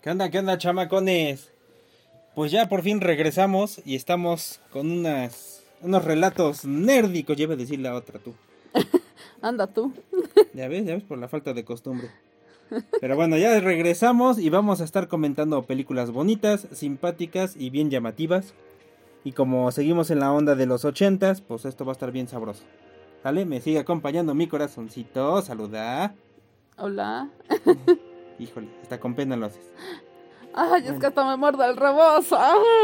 Qué onda, chamacones? Pues ya por fin regresamos y estamos con unos relatos nerdicos. Ya iba a decir la otra, tú. Anda tú. Ya ves, por la falta de costumbre. Pero bueno, ya regresamos y vamos a estar comentando películas bonitas, simpáticas y bien llamativas. Y como seguimos en la onda de los 80s, pues esto va a estar bien sabroso. ¿Sale? Me sigue acompañando mi corazoncito. Saluda. Hola. Híjole, hasta con pena lo haces. Ay, es que hasta me muerde el rebozo.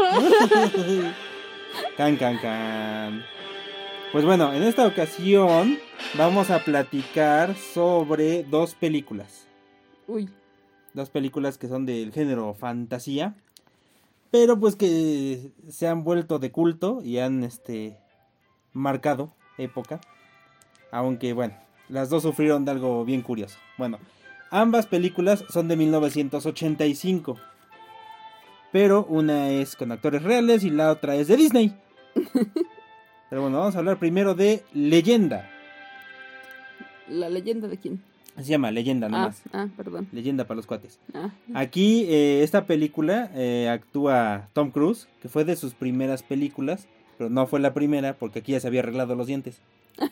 Can. Pues bueno, en esta ocasión vamos a platicar sobre dos películas. Uy. Dos películas que son del género fantasía, pero pues que se han vuelto de culto y han marcado época. Aunque bueno, las dos sufrieron de algo bien curioso. Bueno, ambas películas son de 1985. Pero una es con actores reales y la otra es de Disney. Pero bueno, vamos a hablar primero de Leyenda. ¿La leyenda de quién? Se llama Leyenda nomás. Perdón. Leyenda para los cuates. Aquí, esta película actúa Tom Cruise, que fue de sus primeras películas, pero no fue la primera porque aquí ya se había arreglado los dientes.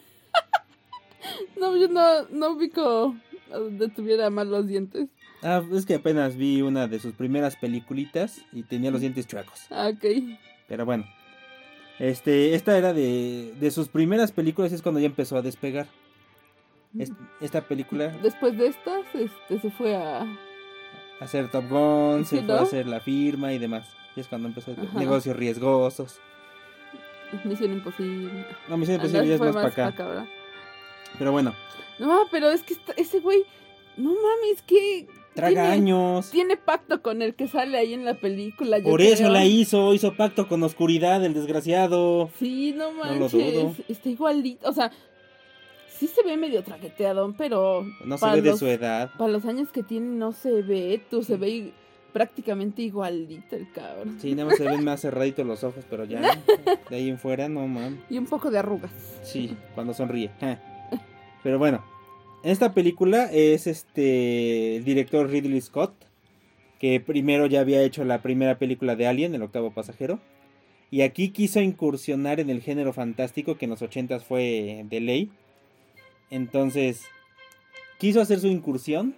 No, yo no ubico a donde tuviera mal los dientes. Es que apenas vi una de sus primeras peliculitas y tenía los dientes chuecos. Ok. Pero bueno, esta era de sus primeras películas, es cuando ya empezó a despegar. Esta película... Después de estas, se fue a hacer Top Gun, ¿Sí, se no? fue a hacer La Firma y demás. Y es cuando empezó negocios riesgosos. Misión Imposible. No, Misión Imposible ya es más para acá. ¿Verdad? Pero bueno. No, pero es que ese güey, no mames, que... Traga años. Tiene pacto con el que sale ahí en la película. Por eso la hizo pacto con oscuridad, el desgraciado. Sí, no manches. No lo dudo. Está igualito, o sea, sí se ve medio traqueteadón, pero... No se ve de su edad. Para los años que tiene no se ve, se ve prácticamente igualito el cabrón. Sí, nada más se ven más cerraditos los ojos, pero ya, de ahí en fuera, no mames. Y un poco de arrugas. Sí, cuando sonríe. Pero bueno, esta película es el director Ridley Scott, que primero ya había hecho la primera película de Alien, El octavo pasajero, y aquí quiso incursionar en el género fantástico que en los 80s fue de ley. Entonces, quiso hacer su incursión,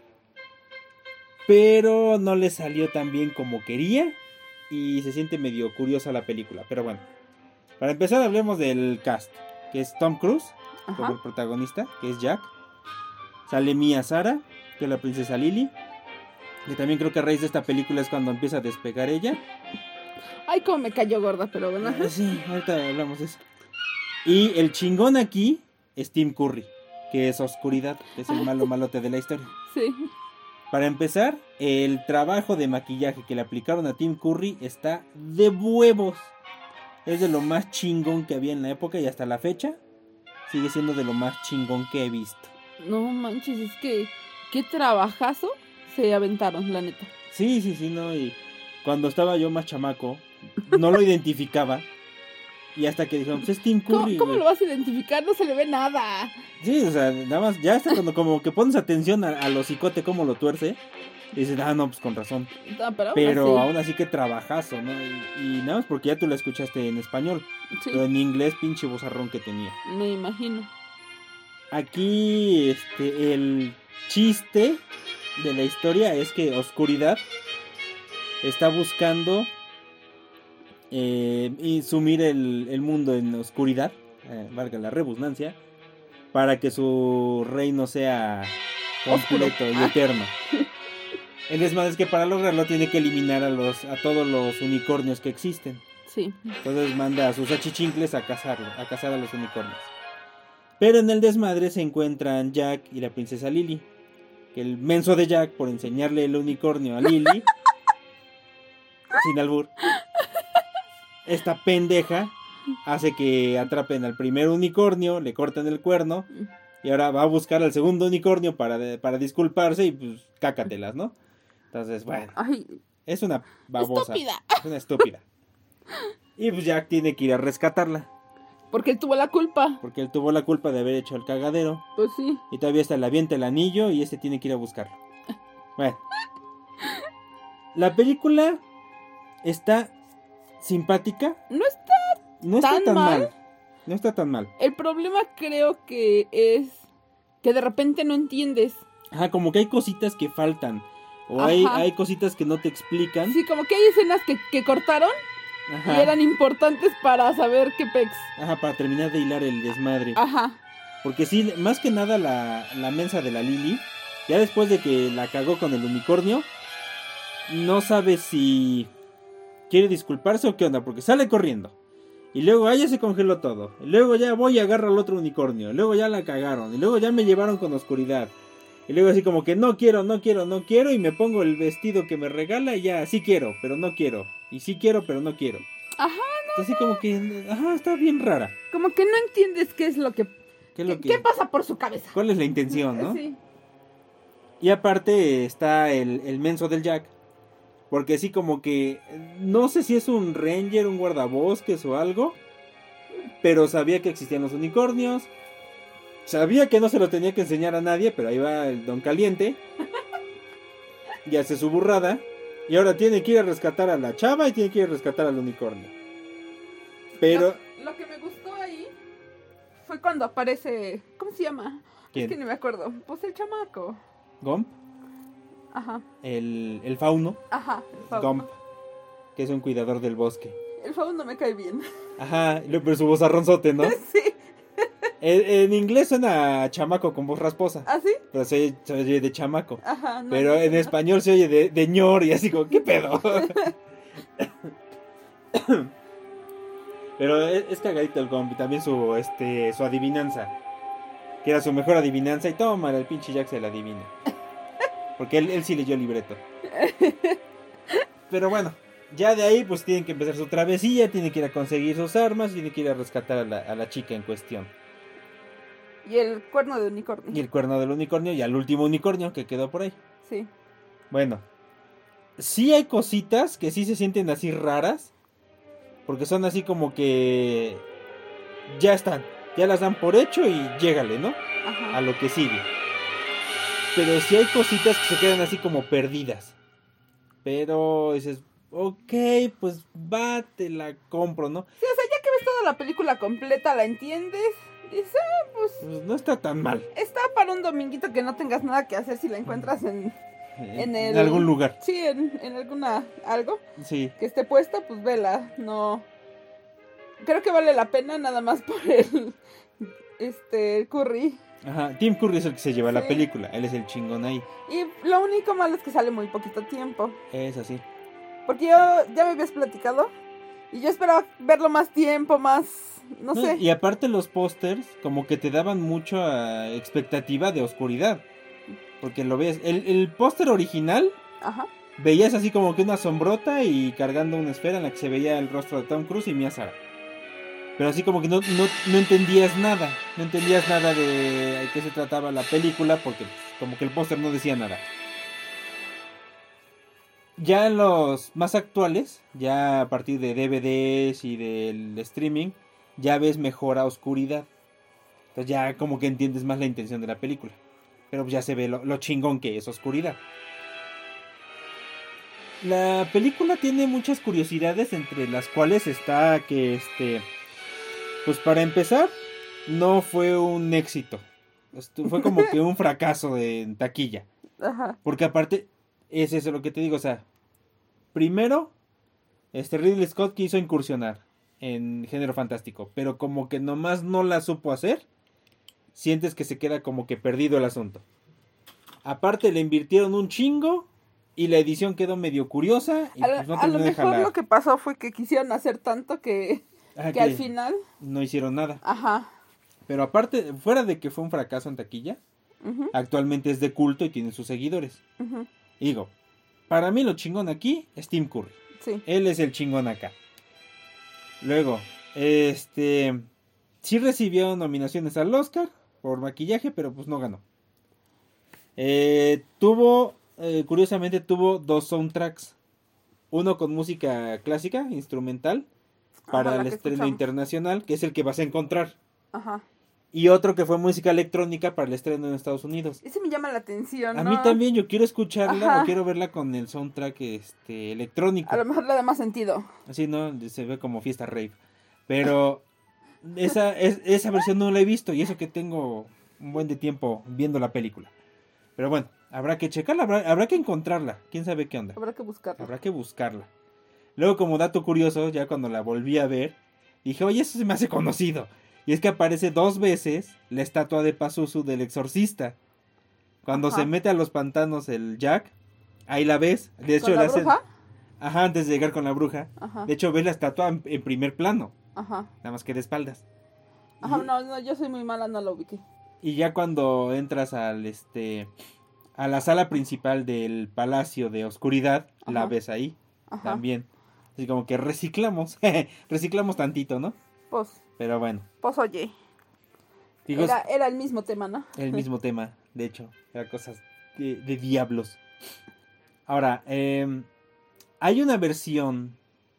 pero no le salió tan bien como quería y se siente medio curiosa la película. Pero bueno, para empezar hablemos del cast, que es Tom Cruise como el protagonista, que es Jack. Sale Mia Sara, que es la princesa Lily, que también creo que a raíz de esta película es cuando empieza a despegar ella. Ay, cómo me cayó gorda, pero bueno. Sí, ahorita hablamos de eso. Y el chingón aquí es Tim Curry, que es Oscuridad, que es el malote de la historia. Sí. Para empezar, el trabajo de maquillaje que le aplicaron a Tim Curry está de huevos. Es de lo más chingón que había en la época y hasta la fecha sigue siendo de lo más chingón que he visto. No manches, es que qué trabajazo se aventaron, la neta. Sí, no, y cuando estaba yo más chamaco, no lo identificaba. Y hasta que dijeron, pues es Tim Curry. ¿Cómo lo vas a identificar? No se le ve nada. Sí, o sea, nada más, ya hasta cuando como que pones atención a lo cicote cómo lo tuerce, y dices, no, pues con razón. No, pero aún así que trabajazo, ¿no? Y nada más porque ya tú la escuchaste en español. Sí. Pero en inglés, pinche vozarrón que tenía. Me imagino. Aquí, el chiste de la historia es que Oscuridad está buscando y sumir el mundo en oscuridad, valga la redundancia, para que su reino sea completo y eterno. El desmadre es que para lograrlo tiene que eliminar a todos los unicornios que existen. Sí. Entonces manda a sus achichincles a cazar a los unicornios. Pero en el desmadre se encuentran Jack y la princesa Lily. Que el menso de Jack, por enseñarle el unicornio a Lily, sin albur, esta pendeja hace que atrapen al primer unicornio, le cortan el cuerno, y ahora va a buscar al segundo unicornio para disculparse y pues cácatelas, ¿no? Entonces, bueno, es una babosa. Estúpida. Es una estúpida. Y pues Jack tiene que ir a rescatarla. Porque él tuvo la culpa. Porque él tuvo la culpa de haber hecho el cagadero. Pues sí. Y todavía hasta le avienta el anillo y tiene que ir a buscarlo. Bueno. La película está simpática. No está Tan mal. No está tan mal. El problema creo que es que de repente no entiendes. Ajá, como que hay cositas que faltan. O Ajá. hay cositas que no te explican. Sí, como que hay escenas que cortaron Ajá. y eran importantes para saber qué pex. Ajá, para terminar de hilar el desmadre. Ajá. Porque sí, más que nada la mensa de la Lily, ya después de que la cagó con el unicornio, no sabe si quiere disculparse o qué onda, porque sale corriendo. Y luego ya se congeló todo. Y luego ya voy y agarro al otro unicornio. Y luego ya la cagaron. Y luego ya me llevaron con oscuridad. Y luego así como que no quiero. Y me pongo el vestido que me regala y ya, sí quiero, pero no quiero. Y sí quiero, pero no quiero. Ajá, no. Así como que, está bien rara. Como que no entiendes qué es lo que... ¿Qué pasa por su cabeza? ¿Cuál es la intención, no? Sí. Y aparte está el menso del Jack. Porque sí como que... No sé si es un ranger, un guardabosques o algo. Pero sabía que existían los unicornios. Sabía que no se lo tenía que enseñar a nadie. Pero ahí va el don caliente. Y hace su burrada. Y ahora tiene que ir a rescatar a la chava y tiene que ir a rescatar al unicornio. Pero... Lo que me gustó ahí fue cuando aparece... ¿Cómo se llama? ¿Quién? Es que ni me acuerdo. Pues el chamaco. Gump. Ajá. El fauno. Ajá. Gump. Que es un cuidador del bosque. El fauno me cae bien. Ajá, pero su voz arronzote, ¿no? Sí. En inglés suena a chamaco con voz rasposa. ¿Ah, sí? Pero se oye de chamaco. Ajá. No, pero en español se oye de ñor y así como, ¿qué pedo? Pero es cagadito el Gump y también su adivinanza. Que era su mejor adivinanza y toma, el pinche Jack se la adivina. Porque él sí leyó el libreto. Pero bueno, ya de ahí pues tienen que empezar su travesía, tienen que ir a conseguir sus armas, tienen que ir a rescatar a la chica en cuestión. Y el cuerno de unicornio. Y el cuerno del unicornio y al último unicornio que quedó por ahí. Sí. Bueno, sí hay cositas que sí se sienten así raras. Porque son así como que ya están, ya las dan por hecho y llégale, ¿no? Ajá. A lo que sigue. Pero sí hay cositas que se quedan así como perdidas. Pero dices, ok, pues va, te la compro, ¿no? Sí, o sea, ya que ves toda la película completa, la entiendes, dices, Pues no está tan mal. está para un dominguito que no tengas nada que hacer si la encuentras en algún lugar. Sí, en alguna, algo Sí. que esté puesta, pues vela, no. Creo que vale la pena nada más por el Curry. Ajá, Tim Curry es el que se lleva la Sí. película, él es el chingón ahí. Y lo único malo es que sale muy poquito tiempo. Es así. Porque yo ya me habías platicado y yo esperaba verlo más tiempo, más, no sé. Y aparte los pósters como que te daban mucha expectativa de oscuridad. Porque lo ves, el póster original, Ajá. veías así como que una sombrota y cargando una esfera en la que se veía el rostro de Tom Cruise y Mia Sara. Pero así como que no entendías nada. No entendías nada de qué se trataba la película porque como que el póster no decía nada. Ya en los más actuales, ya a partir de DVDs y del streaming, ya ves mejor a oscuridad. Entonces ya como que entiendes más la intención de la película. Pero ya se ve lo chingón que es oscuridad. La película tiene muchas curiosidades, entre las cuales está que pues para empezar, no fue un éxito. Fue como que un fracaso en taquilla. Ajá. Porque aparte, es eso lo que te digo, o sea, primero, Ridley Scott quiso incursionar en género fantástico, pero como que nomás no la supo hacer, sientes que se queda como que perdido el asunto. Aparte le invirtieron un chingo y la edición quedó medio curiosa y pues no a lo terminó de mejor jalar. lo que pasó fue que quisieron hacer tanto que al final... no hicieron nada. Ajá. Pero aparte, fuera de que fue un fracaso en taquilla, Uh-huh. actualmente es de culto y tiene sus seguidores. Uh-huh. Y digo, para mí lo chingón aquí es Tim Curry. Sí. Él es el chingón acá. Luego, sí recibió nominaciones al Oscar por maquillaje, pero pues no ganó. Curiosamente tuvo 2 soundtracks. Uno con música clásica, instrumental, para Ajá, el estreno internacional, que es el que vas a encontrar. Ajá. Y otro que fue música electrónica para el estreno en Estados Unidos. Ese me llama la atención, A ¿no? mí también, yo quiero escucharla Ajá. o quiero verla con el soundtrack electrónico. A lo mejor le da más sentido. Así, ¿no? Se ve como fiesta rave. Pero esa versión no la he visto y eso que tengo un buen de tiempo viendo la película. Pero bueno, habrá que checarla, habrá que encontrarla. ¿Quién sabe qué onda? Habrá que buscarlo. Habrá que buscarla. Luego, como dato curioso, ya cuando la volví a ver, dije, oye, eso se me hace conocido. Y es que aparece 2 veces la estatua de Pazuzu del exorcista. Cuando Ajá. se mete a los pantanos el Jack, ahí la ves. De hecho, ¿Con la le hacen... bruja? Ajá, antes de llegar con la bruja. Ajá. De hecho, ves la estatua en primer plano. Ajá. Nada más que de espaldas. Ajá, no, yo soy muy mala, no lo ubiqué. Y ya cuando entras a la sala principal del Palacio de Oscuridad, la Ajá. ves ahí Ajá. también. Así como que reciclamos, reciclamos tantito, ¿no? Pues oye. Digo, Era el mismo tema, ¿no? el mismo tema, de hecho, era cosas de diablos. Ahora, hay una versión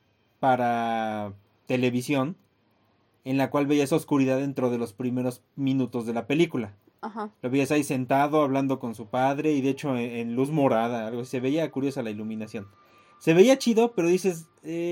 para televisión en la cual veías oscuridad dentro de los primeros minutos de la película. Ajá. Lo veías ahí sentado hablando con su padre y de hecho en luz morada, algo así. Se veía curiosa la iluminación. Se veía chido, pero dices,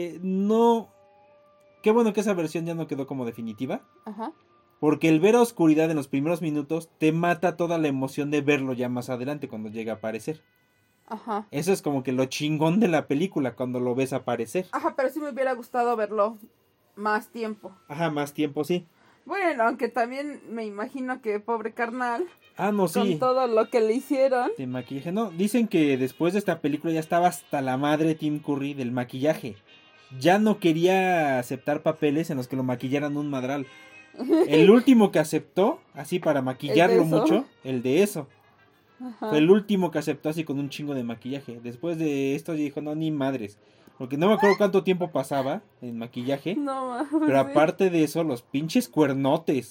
no... Qué bueno que esa versión ya no quedó como definitiva. Ajá. Porque el ver a oscuridad en los primeros minutos te mata toda la emoción de verlo ya más adelante cuando llega a aparecer. Ajá. Eso es como que lo chingón de la película cuando lo ves aparecer. Ajá, pero sí me hubiera gustado verlo más tiempo. Ajá, más tiempo, sí. Bueno, aunque también me imagino que pobre carnal, Ah, no, sí. con todo lo que le hicieron. De maquillaje. No, dicen que después de esta película ya estaba hasta la madre Tim Curry del maquillaje. Ya no quería aceptar papeles en los que lo maquillaran un madral. El último que aceptó, así para maquillarlo ¿El de eso? mucho, el de eso. Ajá. Fue el último que aceptó así con un chingo de maquillaje. Después de esto dijo, no, ni madres. Porque no me acuerdo cuánto tiempo pasaba en maquillaje. No mames. Pero sí. aparte de eso, los pinches cuernotes.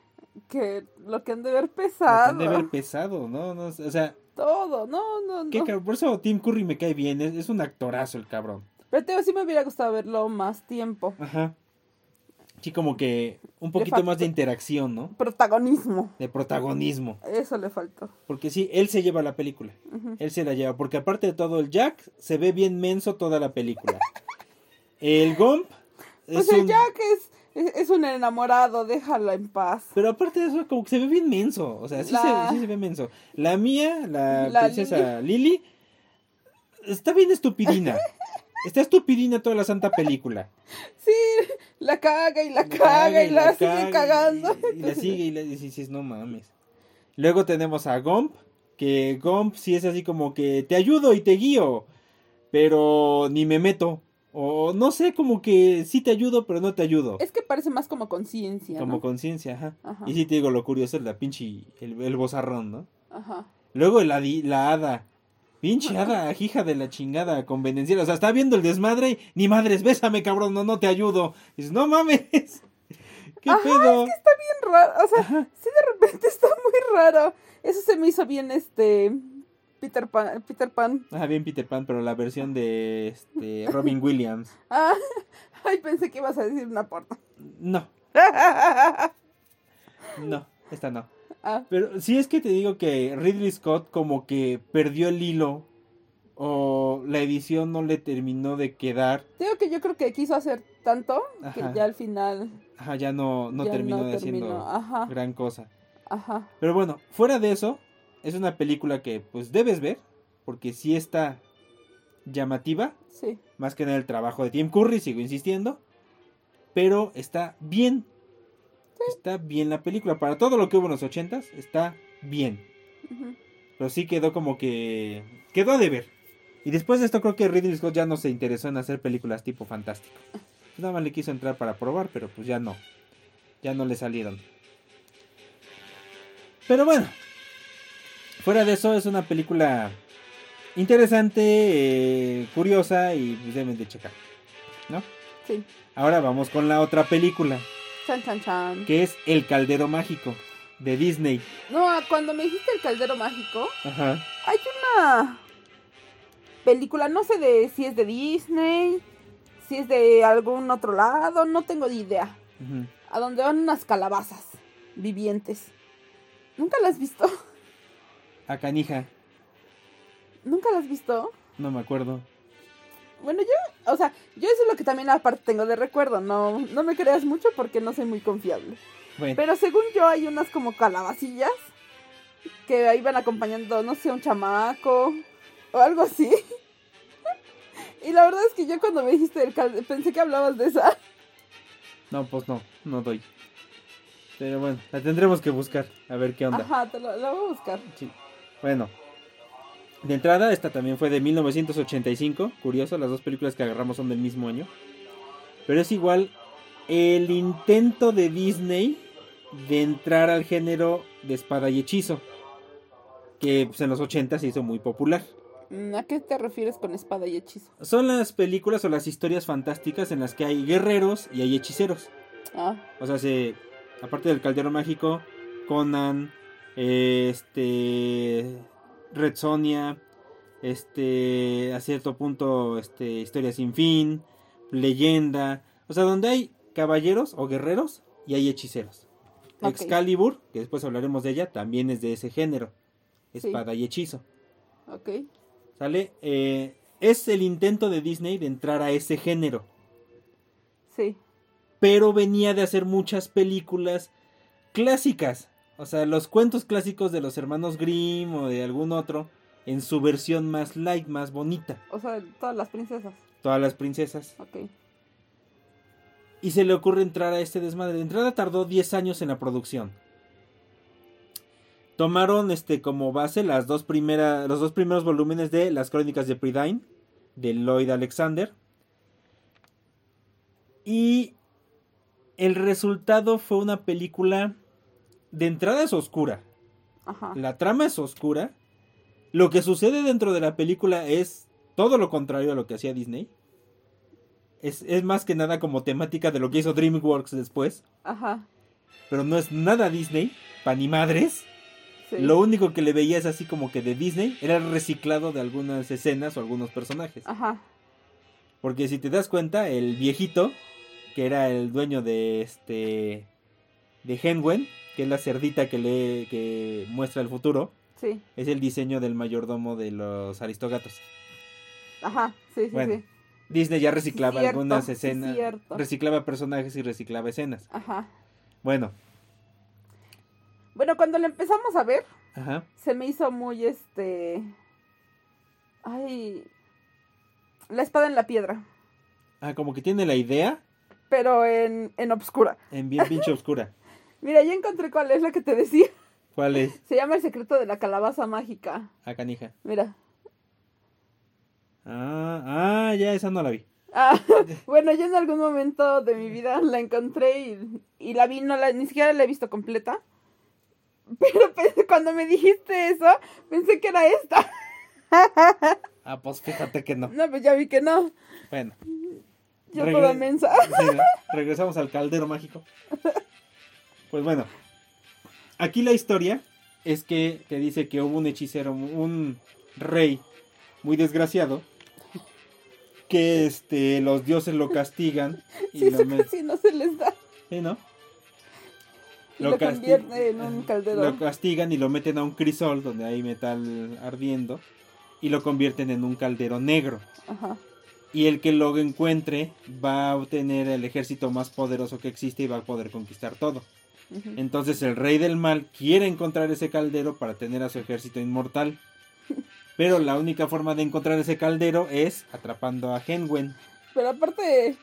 Que lo que han de ver Lo que pesado. han de ver pesado, ¿no? No, o sea, Todo, no. qué cabrón. Por eso Tim Curry me cae bien. Es un actorazo el cabrón. Pero te digo, sí me hubiera gustado verlo más tiempo. Ajá. Sí, como que un poquito faltó. más de interacción, ¿no? Protagonismo. De protagonismo. Eso le faltó. Porque sí, él se lleva la película. Ujú. Él se la lleva. Porque aparte de todo, el Jack se ve bien menso toda la película. El Gump Pues el Jack es un enamorado, déjalo en paz. Pero aparte de eso, como que se ve bien menso. O sea, sí se ve menso. La mía, la princesa Lily, está bien estupidina. Está estupidina toda la santa película. Sí, la caga y la caga y la sigue cagando. Y la sigue y le dices, no mames. Luego tenemos a Gump, que Gump sí es así como que te ayudo y te guío, pero ni me meto. O no sé, como que sí te ayudo, pero no te ayudo. Es que parece más como conciencia, Como ¿no? conciencia, ajá. Ajá. Y sí te digo, lo curioso es la pinche, el bozarrón, ¿no? Ajá. Luego la hada. Pinche hada, hija de la chingada, convenenciera. O sea, está viendo el desmadre y ni madres, bésame, cabrón, no te ayudo. Y dices, no mames. ¿Qué Ajá, pedo? es que está bien raro. O sea, sí de repente está muy raro. Eso se me hizo bien Peter Pan. Ah, bien Peter Pan, pero la versión de Robin Williams. Ah, ay, pensé que ibas a decir una porno. No, no, esta no. Ah, Pero sí es que te digo que Ridley Scott como que perdió el hilo o la edición no le terminó de quedar. digo que yo creo que quiso hacer tanto que Ajá. ya al final Ajá, ya no ya terminó no de haciendo terminó. Ajá, gran cosa. ajá. Pero bueno, fuera de eso, es una película que pues debes ver, porque sí está llamativa, Sí. más que nada el trabajo de Tim Curry, sigo insistiendo, pero está bien. Está bien la película, para todo lo que hubo en los 80s, está bien. Ujú. Pero sí quedó como que... quedó de ver. Y después de esto creo que Ridley Scott ya no se interesó en hacer películas tipo fantástico. Nada más le quiso entrar para probar, pero pues ya no. Ya no le salieron. Pero bueno. Fuera de eso es una película interesante, curiosa y pues deben de checar. ¿No? Sí. Ahora vamos con la otra película, Chan, chan, chan. que es El Caldero Mágico, de Disney. No, cuando me dijiste el caldero mágico, Ajá. hay una película, no sé si es de Disney, si es de algún otro lado, no tengo ni idea. Ujú. A donde van unas calabazas. vivientes. ¿Nunca las has visto? A canija. ¿Nunca las has visto? No me acuerdo. Bueno, yo eso es lo que también aparte tengo de recuerdo. No me creas mucho porque no soy muy confiable. Bueno. Pero según yo hay unas como calabacillas que iban acompañando, no sé, un chamaco o algo así. Y la verdad es que yo cuando me dijiste del caldero pensé que hablabas de esa. No, pues no doy. Pero bueno, la tendremos que buscar, a ver qué onda. Ajá, la voy a buscar. Sí. Bueno, de entrada, esta también fue de 1985. Curioso, las dos películas que agarramos son del mismo año. Pero es igual el intento de Disney de entrar al género de espada y hechizo, que pues, en los 80 se hizo muy popular. ¿A qué te refieres con espada y hechizo? Son las películas o las historias fantásticas en las que hay guerreros y hay hechiceros. Ah. O sea, aparte del Caldero Mágico, Conan, Red Sonja, a cierto punto, Historia sin fin, Leyenda. O sea, donde hay caballeros o guerreros y hay hechiceros. Okay. Excalibur, que después hablaremos de ella, también es de ese género. Espada y hechizo. Ok. ¿Sale? Es el intento de Disney de entrar a ese género. Sí. Pero venía de hacer muchas películas clásicas. O sea, los cuentos clásicos de los hermanos Grimm o de algún otro, en su versión más light, más bonita. O sea, todas las princesas. Todas las princesas. Ok. Y se le ocurre entrar a este desmadre. De entrada tardó 10 años en la producción. Tomaron como base los dos primeros volúmenes de Las Crónicas de Prydain, de Lloyd Alexander. Y el resultado fue una película, de entrada es oscura. Ajá. La trama es oscura. Lo que sucede dentro de la película es todo lo contrario a lo que hacía Disney. Es más que nada como temática de lo que hizo DreamWorks después. Ajá. Pero no es nada Disney, pa' ni madres. Sí. Lo único que le veía es así como que de Disney era el reciclado de algunas escenas o algunos personajes. Ajá. Porque si te das cuenta, el viejito, que era el dueño de de Henwen, que es la cerdita que muestra el futuro, sí, es el diseño del mayordomo de los Aristogatos. Ajá, sí, bueno, sí. Disney ya reciclaba algunas escenas, cierto. Reciclaba personajes y reciclaba escenas. Ajá. Bueno, cuando lo empezamos a ver, ajá, se me hizo muy ay, la espada en la piedra. Ah, como que tiene la idea, pero en obscura. En bien pinche obscura. Mira, ya encontré cuál es la que te decía. ¿Cuál es? Se llama El secreto de la calabaza mágica. Ah, canija. Mira. Ya esa no la vi. Bueno, yo en algún momento de mi vida la encontré y la vi, ni siquiera la he visto completa. Pero cuando me dijiste eso, pensé que era esta. Pues fíjate que no. No, pues ya vi que no. Bueno. Yo toda mensa. Sí, ¿no? Regresamos al caldero mágico. Pues bueno. Aquí la historia es que te dice que hubo un hechicero, un rey muy desgraciado, que los dioses lo castigan. Y sí, eso casi no se les da. Sí, ¿no? Lo convierte en un caldero. Lo castigan y lo meten a un crisol donde hay metal ardiendo y lo convierten en un caldero negro. Ajá. Y el que lo encuentre va a obtener el ejército más poderoso que existe y va a poder conquistar todo. Uh-huh. Entonces el rey del mal quiere encontrar ese caldero para tener a su ejército inmortal. Pero la única forma de encontrar ese caldero es atrapando a Henwen. Pero aparte,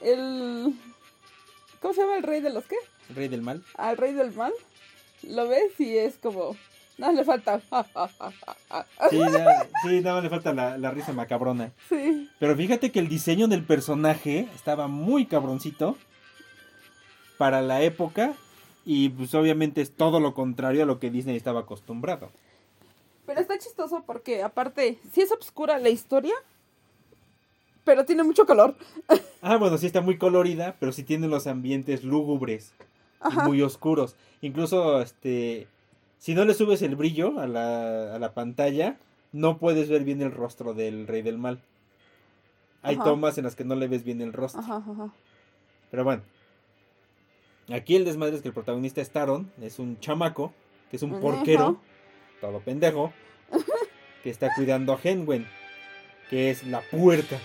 ¿cómo se llama el rey de los qué? ¿El rey del mal? Al rey del mal. Lo ves y es como... No, le falta... Sí, nada más le falta la risa macabrona. Sí. Pero fíjate que el diseño del personaje estaba muy cabroncito para la época y pues obviamente es todo lo contrario a lo que Disney estaba acostumbrado. Pero está chistoso porque aparte, sí es oscura la historia, pero tiene mucho color. Bueno, sí está muy colorida, pero sí tiene los ambientes lúgubres. Ajá. Y muy oscuros. Incluso, si no le subes el brillo a la pantalla, no puedes ver bien el rostro del rey del mal. Hay tomas en las que no le ves bien el rostro. Ajá. Pero bueno. Aquí el desmadre es que el protagonista es Taron, es un chamaco, que es un Pendejo. porquero, todo pendejo, que está cuidando a Henwen, que es la puerca.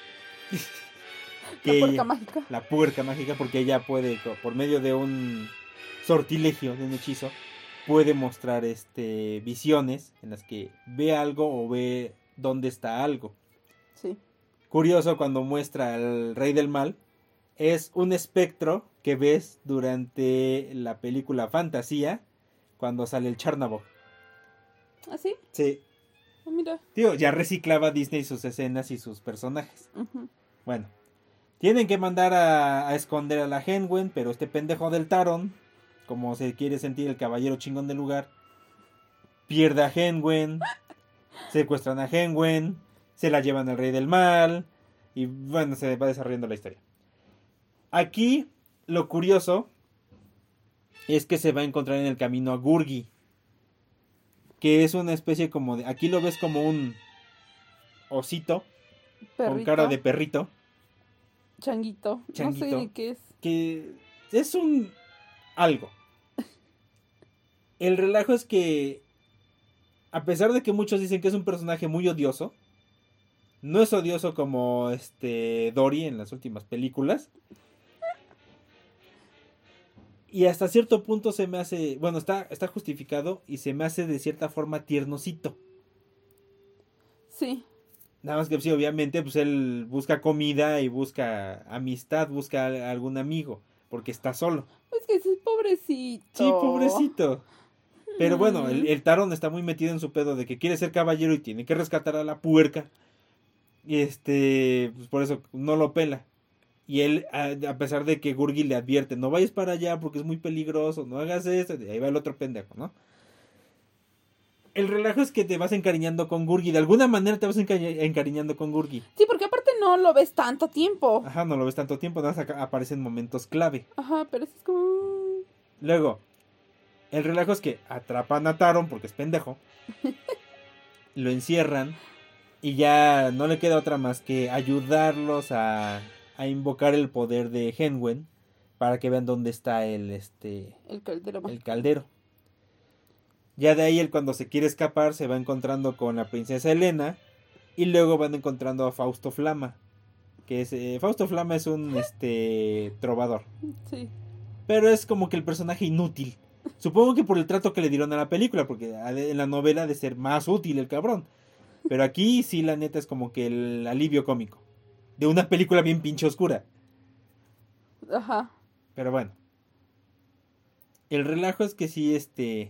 La puerca mágica. La puerca mágica, porque ella puede, por medio de un sortilegio, de un hechizo, puede mostrar visiones en las que ve algo o ve dónde está algo. Sí. Curioso, cuando muestra al Rey del Mal, es un espectro que ves durante la película Fantasía, cuando sale el Charnabog. ¿Ah, sí? Sí. Oh, mira. Tío, ya reciclaba Disney sus escenas y sus personajes. Ujú. Bueno, tienen que mandar a esconder a la Henwen, pero este pendejo del Taron, como se quiere sentir el caballero chingón del lugar, pierde a Henwen, secuestran a Henwen, se la llevan al Rey del Mal, y bueno, se va desarrollando la historia. Aquí, lo curioso es que se va a encontrar en el camino a Gurgi, que es una especie como de... Aquí lo ves como un osito Perrito. con cara de perrito, Changuito. No Changuito. sé ni qué es. que es un algo. El relajo es que, a pesar de que muchos dicen que es un personaje muy odioso, no es odioso como Dory en las últimas películas. Y hasta cierto punto se me hace, bueno, está justificado y se me hace de cierta forma tiernosito. Sí. Nada más que sí, obviamente, pues él busca comida y busca amistad, busca algún amigo, porque está solo. Es que sí, pobrecito. Sí, pobrecito. Pero bueno, el Taron está muy metido en su pedo de que quiere ser caballero y tiene que rescatar a la puerca. Y pues por eso no lo pela. Y él, a pesar de que Gurgi le advierte, no vayas para allá porque es muy peligroso, no hagas esto, y ahí va el otro pendejo, ¿no? El relajo es que te vas encariñando con Gurgi, de alguna manera te vas encariñando con Gurgi. Sí, porque aparte no lo ves tanto tiempo. Ajá, no lo ves tanto tiempo, nada más aparecen momentos clave. Ajá, pero es como... Luego, el relajo es que atrapan a Taron porque es pendejo. Lo encierran. Y ya no le queda otra más que ayudarlos a invocar el poder de Henwen. Para que vean dónde está el caldero mágico. el caldero. Ya de ahí él, cuando se quiere escapar, se va encontrando con la princesa Helena. Y luego van encontrando a Fausto Flama. Que es Fausto Flama es un trovador. Sí. Pero es como que el personaje inútil. Supongo que por el trato que le dieron a la película, porque en la novela ha de ser más útil el cabrón. Pero aquí sí, la neta, es como que el alivio cómico. De una película bien pinche oscura. Ajá. Pero bueno. El relajo es que sí,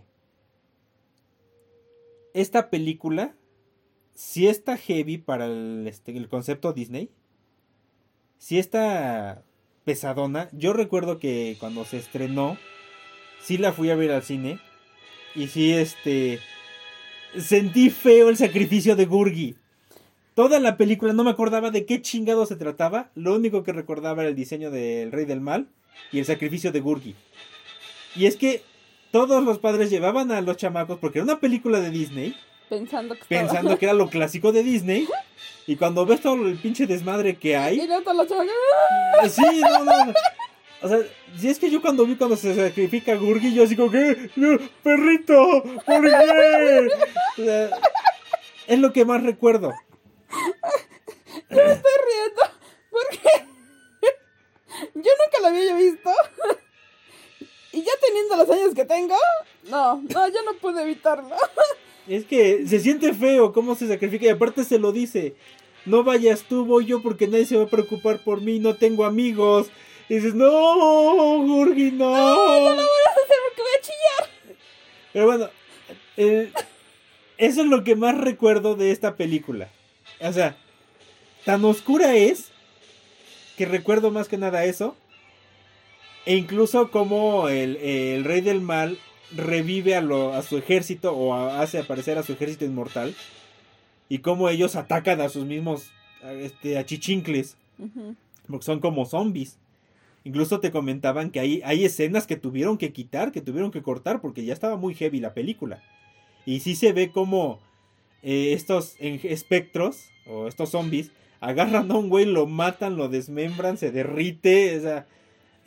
esta película sí está heavy para el concepto Disney. Sí está pesadona. Yo recuerdo que cuando se estrenó, sí la fui a ver al cine. Y sí, sentí feo el sacrificio de Gurgi. Toda la película no me acordaba de qué chingado se trataba. Lo único que recordaba era el diseño del Rey del Mal y el sacrificio de Gurgi. Y es que todos los padres llevaban a los chamacos, porque era una película de Disney, Pensando que era lo clásico de Disney. Y cuando ves todo el pinche desmadre que hay... Y no te lo chaval. Sí, no. O sea, si es que yo cuando se sacrifica a Gurgi, yo así como que... ¡No, perrito! ¿Por qué? O sea, es lo que más recuerdo. Yo me estoy riendo porque yo nunca lo había visto. Y ya teniendo los años que tengo, no, yo no pude evitarlo. Es que se siente feo cómo se sacrifica y aparte se lo dice. No vayas tú, voy yo porque nadie se va a preocupar por mí, no tengo amigos. Y dices, no, Gurgi, no. No lo voy a hacer porque voy a chillar. Pero bueno, eso es lo que más recuerdo de esta película. O sea, tan oscura es que recuerdo más que nada eso. E incluso como el Rey del Mal revive a su ejército o hace aparecer a su ejército inmortal. Y como ellos atacan a sus mismos achichincles. Uh-huh. Porque son como zombies. Incluso te comentaban que hay escenas que tuvieron que quitar, que tuvieron que cortar, porque ya estaba muy heavy la película. Y sí se ve como estos espectros, o estos zombies, agarran a un güey, lo matan, lo desmembran, se derrite. O sea,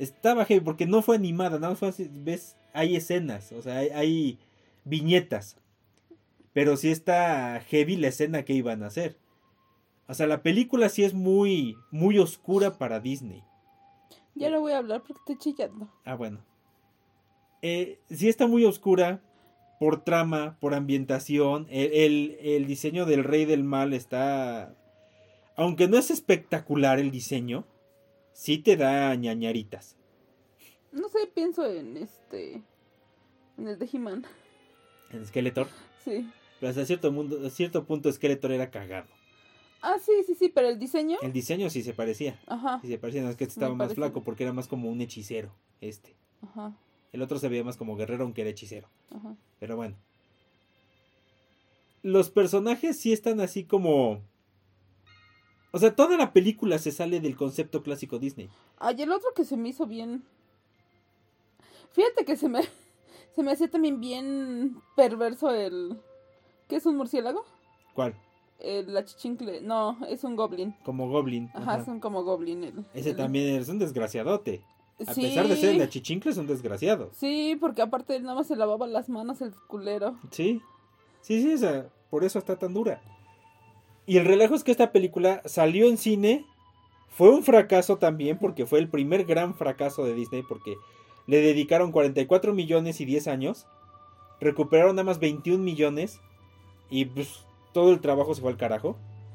Estaba heavy porque no fue animada, nada más fue así, ves, hay escenas, o sea, hay viñetas. Pero sí está heavy la escena que iban a hacer. O sea, la película sí es muy, muy oscura para Disney. Ya no voy a hablar porque estoy chillando. Ah, bueno. Sí está muy oscura por trama, por ambientación. El diseño del Rey del Mal está... Aunque no es espectacular el diseño, sí te da ñañaritas. No sé, pienso en en el de He-Man. En Skeletor. Sí. Pero hasta cierto punto Skeletor era cagado. Ah, sí, pero el diseño. El diseño sí se parecía. Ajá. Sí se parecía, no es que este estaba Me más parece. flaco porque era más como un hechicero. Ajá. El otro se veía más como guerrero aunque era hechicero. Ajá. Pero bueno. Los personajes sí están así como... O sea, toda la película se sale del concepto clásico Disney. Ah, y el otro que se me hizo bien. Fíjate que se me hacía también bien perverso el. ¿Qué es un murciélago? ¿Cuál? El achichincle. No, es un goblin. Como Goblin. Ajá, es un como goblin. Ese también es un desgraciadote. A Sí. pesar de ser el achichincle, es un desgraciado. Sí, porque aparte nada más se lavaba las manos el culero. Sí. Sí, o sea, por eso está tan dura. Y el relajo es que esta película salió en cine. Fue un fracaso también porque fue el primer gran fracaso de Disney porque le dedicaron 44 millones y 10 años. Recuperaron nada más 21 millones. Y pues todo el trabajo se fue al carajo.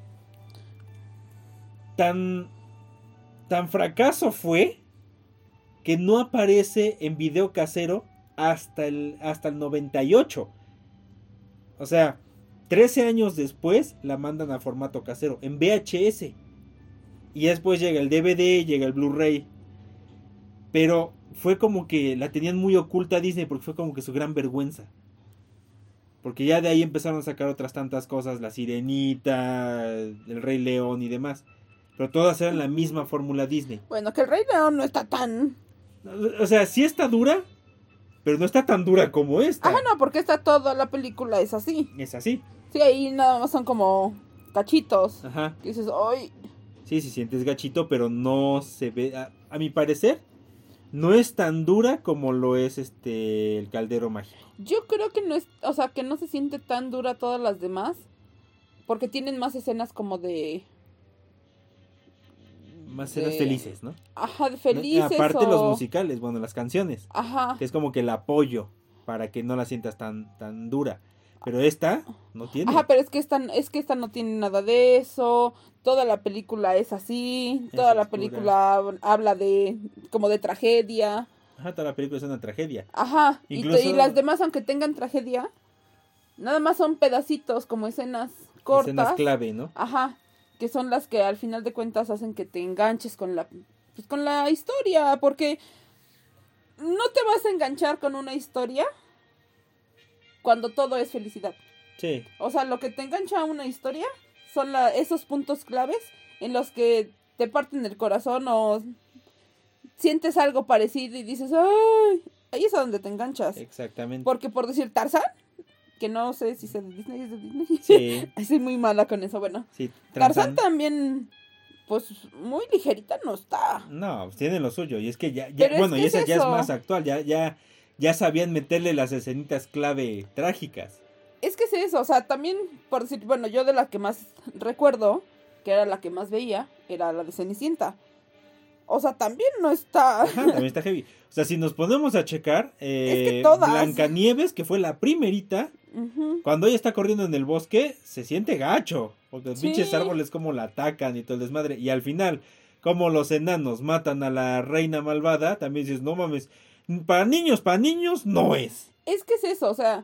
Tan fracaso fue que no aparece en video casero hasta el 98. O sea, 13 años después la mandan a formato casero, en VHS. Y después llega el DVD, llega el Blu-ray. Pero fue como que la tenían muy oculta Disney porque fue como que su gran vergüenza. Porque ya de ahí empezaron a sacar otras tantas cosas, La Sirenita, El Rey León y demás. Pero todas eran la misma fórmula Disney. Bueno, que el Rey León no está tan. O sea, sí está dura, pero no está tan dura como esta. Ajá, no, porque toda la película es así. Es así. Sí, ahí nada más son como cachitos. Ajá. Que dices, ¡ay! Sí, sientes gachito, pero no se ve... A mi parecer, no es tan dura como lo es el Caldero Mágico. Yo creo que no es, o sea, que no se siente tan dura todas las demás. Porque tienen más escenas como de... Más escenas felices, ¿no? Ajá, de felices. Aparte los musicales, bueno, las canciones. Ajá. Que es como que el apoyo para que no la sientas tan dura. Pero esta no tiene. Ajá, pero es que esta no tiene nada de eso. Toda la película es así. Toda la película habla de como de tragedia. Ajá, toda la película es una tragedia. Ajá. Incluso... Y las demás, aunque tengan tragedia, nada más son pedacitos, como escenas cortas. Escenas clave, ¿no? Ajá. Que son las que al final de cuentas hacen que te enganches con la historia. Porque no te vas a enganchar con una historia cuando todo es felicidad. Sí. O sea, lo que te engancha a una historia son esos puntos claves en los que te parten el corazón o sientes algo parecido y dices, ¡ay! Ahí es a donde te enganchas. Exactamente. Porque por decir Tarzán, que no sé si es de Disney, es de Disney. Sí. Soy muy mala con eso, bueno. Sí, Tarzán también, pues, muy ligerita no está. No, tiene lo suyo. Y es que ya Pero bueno, es y que esa es ya es eso. más actual. Ya sabían meterle las escenitas clave trágicas. Es que es eso, o sea, también, por decir, bueno, yo de la que más recuerdo, que era la que más veía, era la de Cenicienta. O sea, también no está... Ajá, también está heavy. O sea, si nos ponemos a checar, Es que todas. Blancanieves, que fue la primerita, Ujú. cuando ella está corriendo en el bosque, se siente gacho. Porque los Sí. pinches árboles como la atacan y todo el desmadre. Y al final, como los enanos matan a la reina malvada, también dices, no mames, para niños, no es. Es que es eso, o sea,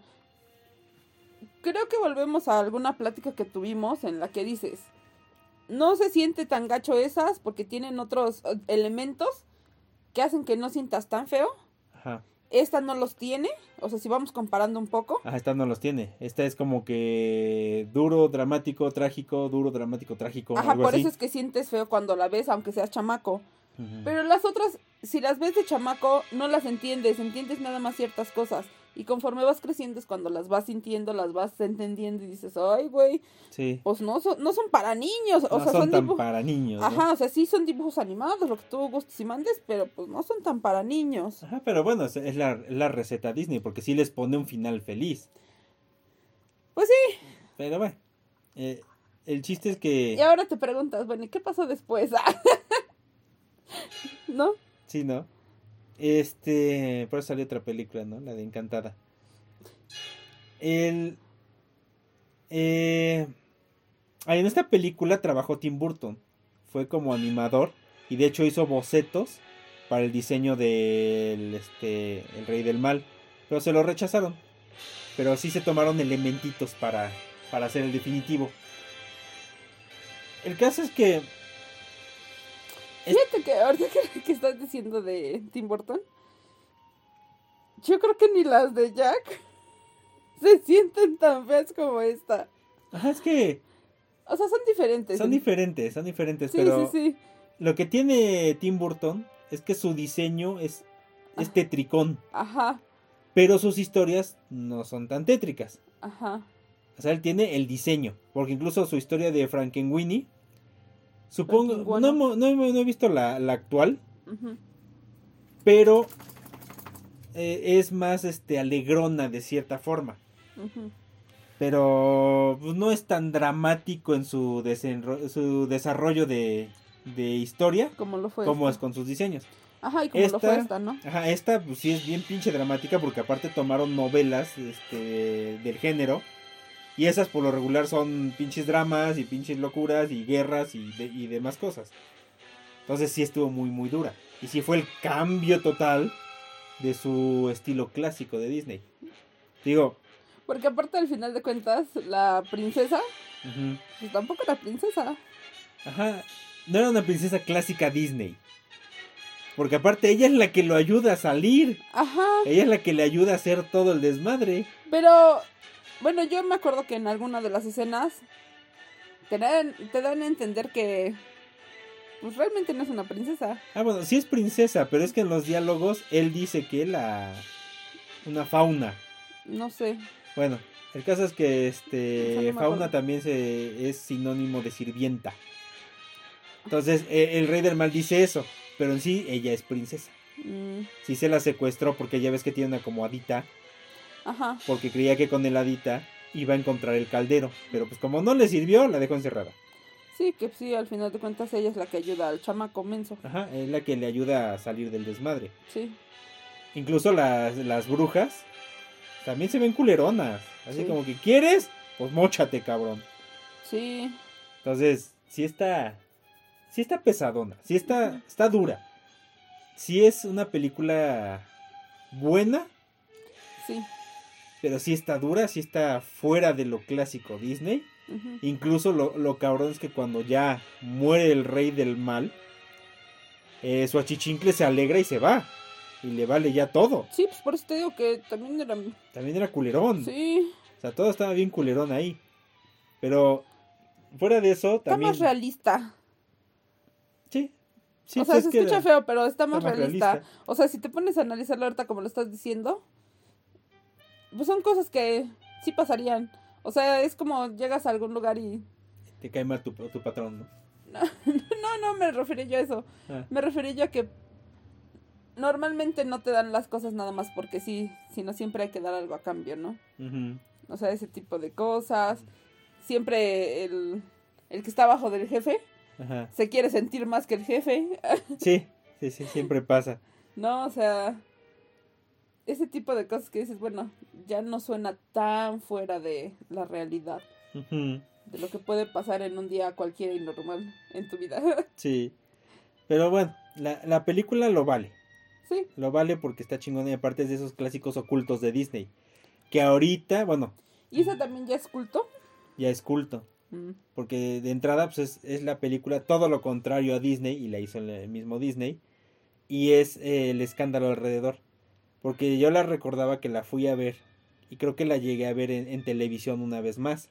creo que volvemos a alguna plática que tuvimos en la que dices, no se siente tan gacho esas porque tienen otros elementos que hacen que no sientas tan feo. Ajá. Esta no los tiene, o sea, si vamos comparando un poco. Ajá, esta no los tiene. Esta es como que duro, dramático, trágico, duro, dramático, trágico. Ajá, algo por así. eso es que sientes feo cuando la ves, aunque seas chamaco. Ujú. Pero las otras, si las ves de chamaco, no las entiendes nada más ciertas cosas. Y conforme vas creciendo es cuando las vas sintiendo, las vas entendiendo y dices, ay, güey, Sí. pues no son para niños. O No sea, son tan dibujos. para niños, ¿no? Ajá, o sea, sí son dibujos animados, lo que tú gustes y mandes, pero pues no son tan para niños. Ajá, pero bueno, es la receta Disney, porque sí les pone un final feliz. Pues sí. Pero bueno, el chiste es que... Y ahora te preguntas, bueno, ¿y qué pasó después? ¿No? Sí, ¿no? Por eso salió otra película, ¿no? La de Encantada. En esta película trabajó Tim Burton. Fue como animador. Y de hecho hizo bocetos para el diseño del el Rey del Mal. Pero se lo rechazaron. Pero sí se tomaron elementitos para hacer el definitivo. El caso es que... Fíjate que ahorita que estás diciendo de Tim Burton, yo creo que ni las de Jack se sienten tan feas como esta. Ajá, es que... O sea, son diferentes. Son diferentes, Sí, pero sí. lo que tiene Tim Burton es que su diseño es tetricón. Ajá, Pero sus historias no son tan tétricas. ajá. O sea, él tiene el diseño. Porque incluso su historia de Frankenweenie, supongo, Frankenguano. no he visto la actual, Ujú. pero es más alegrona de cierta forma. Ujú. Pero pues, no es tan dramático en su desarrollo de historia Como lo fue como esta. es con sus diseños. Ajá, y como lo fue esta, ¿no? Ajá, esta pues sí es bien pinche dramática porque aparte tomaron novelas del género y esas por lo regular son pinches dramas y pinches locuras y guerras y demás cosas. Entonces sí estuvo muy muy dura y sí fue el cambio total de su estilo clásico de Disney. Digo, Porque aparte al final de cuentas, la princesa, uh-huh. pues tampoco era princesa. Ajá, no era una princesa clásica Disney. Porque aparte ella es la que lo ayuda a salir. Ajá. Ella es la que le ayuda a hacer todo el desmadre. Pero, bueno, yo me acuerdo que en alguna de las escenas te dan a entender que pues realmente no es una princesa. Ah, bueno, sí es princesa, pero es que en los diálogos él dice que una fauna. No sé. Bueno, el caso es que No me fauna acuerdo. también es sinónimo de sirvienta. Entonces, el Rey del Mal dice eso, pero en sí ella es princesa. Sí se la secuestró porque ya ves que tiene una como hadita. Ajá. Porque creía que con el hadita iba a encontrar el caldero. Pero pues como no le sirvió, la dejó encerrada. Sí, que sí, al final de cuentas ella es la que ayuda al chamaco menso. Ajá, es la que le ayuda a salir del desmadre. Sí. Incluso las brujas también se ven culeronas. Así Sí. como que, ¿quieres? Pues móchate, cabrón. Sí. Entonces, sí está pesadona. Sí está dura. Sí es una película buena. Sí. Pero sí está dura, sí está fuera de lo clásico Disney. Uh-huh. Incluso lo cabrón es que cuando ya muere el Rey del Mal, su achichincle se alegra y se va. Y le vale ya todo. Sí, pues por eso te digo que también era... También era culerón. Sí. O sea, todo estaba bien culerón ahí. Pero fuera de eso, también... Está más realista. Sí. O sea, pues se es que escucha feo, pero está más más realista. O sea, si te pones a analizarlo ahorita como lo estás diciendo, pues son cosas que sí pasarían. O sea, es como llegas a algún lugar y... Te cae mal tu patrón, ¿no? No me referí yo a eso. Ah. Me referí yo a que normalmente no te dan las cosas nada más porque sí, sino siempre hay que dar algo a cambio, ¿no? Uh-huh. O sea, ese tipo de cosas. Siempre el que está abajo del jefe Ajá. se quiere sentir más que el jefe. Sí, siempre pasa. No, o sea, ese tipo de cosas que dices, bueno, ya no suena tan fuera de la realidad. Uh-huh. De lo que puede pasar en un día cualquiera y normal en tu vida. Sí. Pero bueno, la película lo vale. Sí. Lo vale porque está chingona y aparte es de esos clásicos ocultos de Disney. Que ahorita, bueno... ¿Y esa también ya es culto? Ya es culto. Porque de entrada pues es la película todo lo contrario a Disney y la hizo el mismo Disney. Y es el escándalo alrededor. Porque yo la recordaba que la fui a ver y creo que la llegué a ver en televisión una vez más.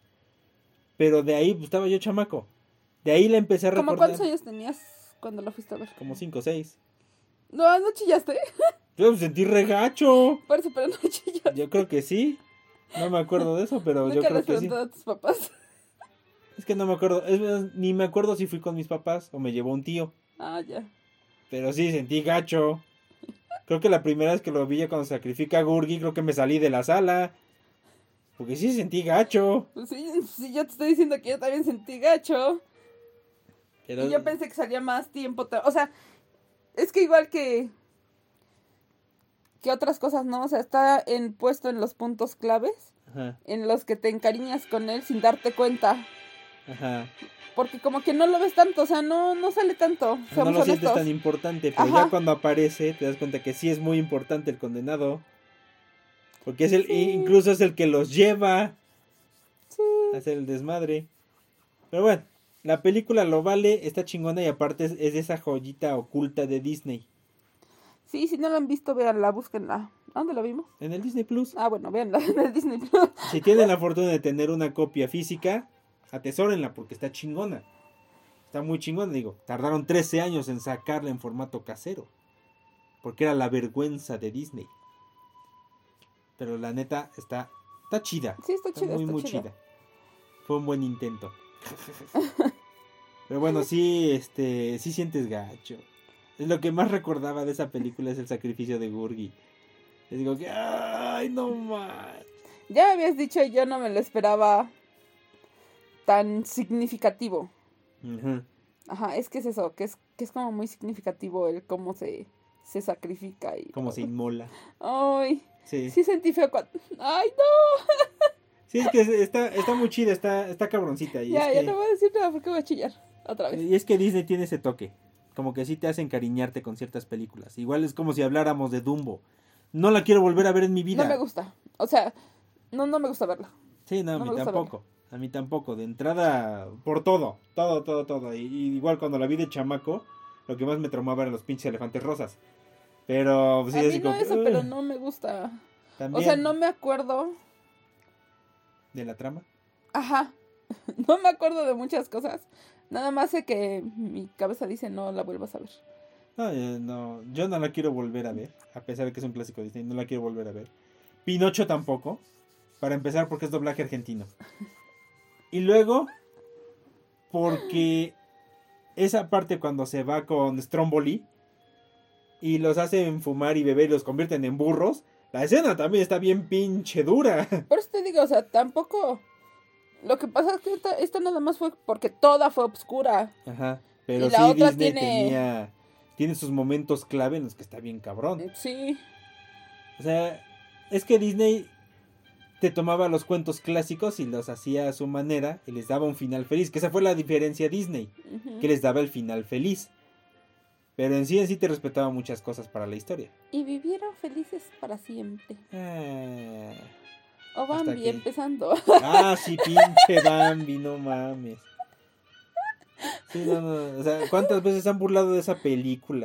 Pero de ahí pues, estaba yo chamaco. De ahí la empecé a recordar. ¿Cómo cuántos años tenías cuando la fuiste a ver? Como 5 o 6. No chillaste. Yo me sentí regacho. Por eso, pero no chillas. Yo creo que sí. No me acuerdo de eso, pero yo Nunca creo les que sí. preguntado a tus papás. Es que no me acuerdo. Es más, ni me acuerdo si fui con mis papás o me llevó un tío. Ah, ya. Pero sí, sentí gacho. Creo que la primera vez que lo vi ya cuando sacrifica a Gurgi, creo que me salí de la sala. Porque sí sentí gacho. Pues sí, yo te estoy diciendo que yo también sentí gacho. Pero... Y yo pensé que salía más tiempo. O sea, es que igual que otras cosas, ¿no? O sea, está puesto en los puntos claves Ajá, en los que te encariñas con él sin darte cuenta. ajá. Porque como que no lo ves tanto, o sea, no sale tanto. No Seamos lo sientes honestos. tan importante, pero Ajá. ya cuando aparece te das cuenta que sí es muy importante el condenado. Porque es incluso es el que los lleva Sí. a hacer el desmadre. Pero bueno, la película lo vale, está chingona y aparte es esa joyita oculta de Disney. Sí, si no la han visto, véanla, búsquenla. ¿A dónde la vimos? En el Disney Plus. Ah, bueno, véanla en el Disney Plus. Si tienen la fortuna de tener una copia física, atesórenla porque está chingona. Está muy chingona, digo. Tardaron 13 años en sacarla en formato casero. Porque era la vergüenza de Disney. Pero la neta está chida. Sí, está chida, muy, está muy chida. chida. Fue un buen intento. Pero bueno, sí, sí sientes gacho. Es lo que más recordaba de esa película es el sacrificio de Gurgi. Les digo que, ay, no más. Ya me habías dicho y yo no me lo esperaba tan significativo. Ujú. Ajá, es que es eso, que es como muy significativo el cómo se sacrifica y... Como se inmola. Ay, Sí. sí sentí feo cuando... Ay, no. Sí, es que está muy chida, está cabroncita. Y Ya, es ya que, no voy a decir nada porque voy a chillar otra vez. y es que Disney tiene ese toque. Como que sí te hace encariñarte con ciertas películas. Igual es como si habláramos de Dumbo. No la quiero volver a ver en mi vida. No me gusta, o sea, no me gusta verla. Sí, no, a no mí me gusta tampoco. A mí tampoco. De entrada, por todo. Todo. Y igual cuando la vi de chamaco, lo que más me traumaba eran los pinches elefantes rosas. Pero sí, A mí así no como que, eso, pero no me gusta. también O sea, no me acuerdo. de la trama. Ajá. No me acuerdo de muchas cosas. Nada más sé que mi cabeza dice no la vuelvas a ver. No, yo no la quiero volver a ver. A pesar de que es un clásico de Disney, no la quiero volver a ver. Pinocho tampoco. Para empezar, porque es doblaje argentino. Y luego, porque esa parte cuando se va con Stromboli y los hacen fumar y beber y los convierten en burros, la escena también está bien pinche dura. Por eso te digo, o sea, tampoco. Lo que pasa es que esta nada más fue porque toda fue obscura. Ajá, pero Y la sí otra Disney tiene sus momentos clave en los que está bien cabrón. Sí. O sea, es que Disney te tomaba los cuentos clásicos y los hacía a su manera y les daba un final feliz, que esa fue la diferencia Disney, Ujú. que les daba el final feliz. Pero en sí te respetaba muchas cosas para la historia. Y vivieron felices para siempre. Ah, O Hasta Bambi que- empezando. sí, pinche Bambi, no mames. Sí, no, o sea, ¿cuántas veces han burlado de esa película?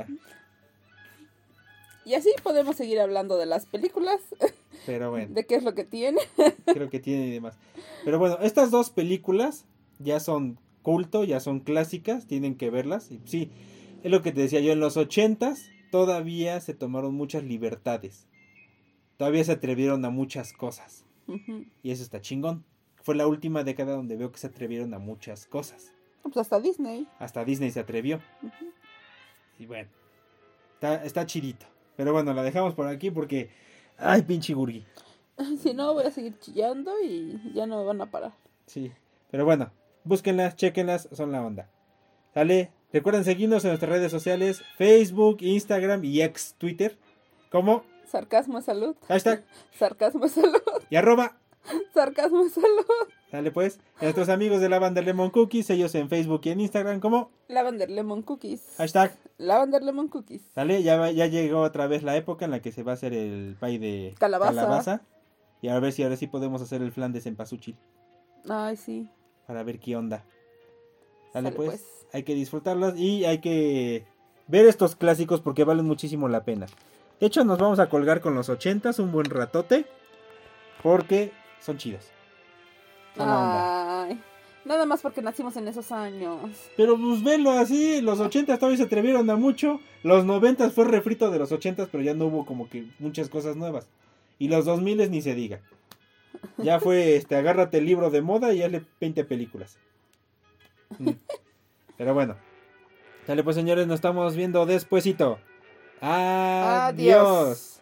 Y así podemos seguir hablando de las películas, Pero bueno, de qué es lo que tiene. creo que tiene y demás. Pero bueno, estas dos películas ya son culto, ya son clásicas, tienen que verlas. Y sí, es lo que te decía yo, en los 80s todavía se tomaron muchas libertades. Todavía se atrevieron a muchas cosas. Ujú. Y eso está chingón. Fue la última década donde veo que se atrevieron a muchas cosas. Pues hasta Disney. Hasta Disney se atrevió. Ujú. Y bueno, está chidito. Pero bueno, la dejamos por aquí porque... ¡Ay, pinche Gurgi! Si no, voy a seguir chillando y ya no me van a parar. Sí. Pero bueno, búsquenlas, chequenlas, son la onda. ¿Sale? Recuerden seguirnos en nuestras redes sociales, Facebook, Instagram y ex Twitter. Como Sarcasmo es salud. hashtag Sarcasmo es salud. y arroba. Sarcasmo es salud. Sale pues. Y a nuestros amigos de Lavender Lemon Cookies, ellos en Facebook y en Instagram como Lavender Lemon Cookies. hashtag. Lavender Lemon Cookies. ¿Sale? Ya llegó otra vez la época en la que se va a hacer el pay de Calabaza. Y a ver si ahora sí podemos hacer el flan de cempasúchil. Ay, sí. Para ver qué onda. Sale Sale, pues. pues. Hay que disfrutarlas y hay que ver estos clásicos porque valen muchísimo la pena. De hecho, nos vamos a colgar con los 80s un buen ratote porque son chidos. Son la onda. Ay. Nada más porque nacimos en esos años. Pero pues velo así, los 80 todavía se atrevieron a mucho, los 90 fue refrito de los 80, pero ya no hubo como que muchas cosas nuevas. Y los 2000 ni se diga. Ya fue, agárrate el libro de moda y hazle 20 películas. Pero bueno. Dale pues señores, nos estamos viendo despuesito. Adiós.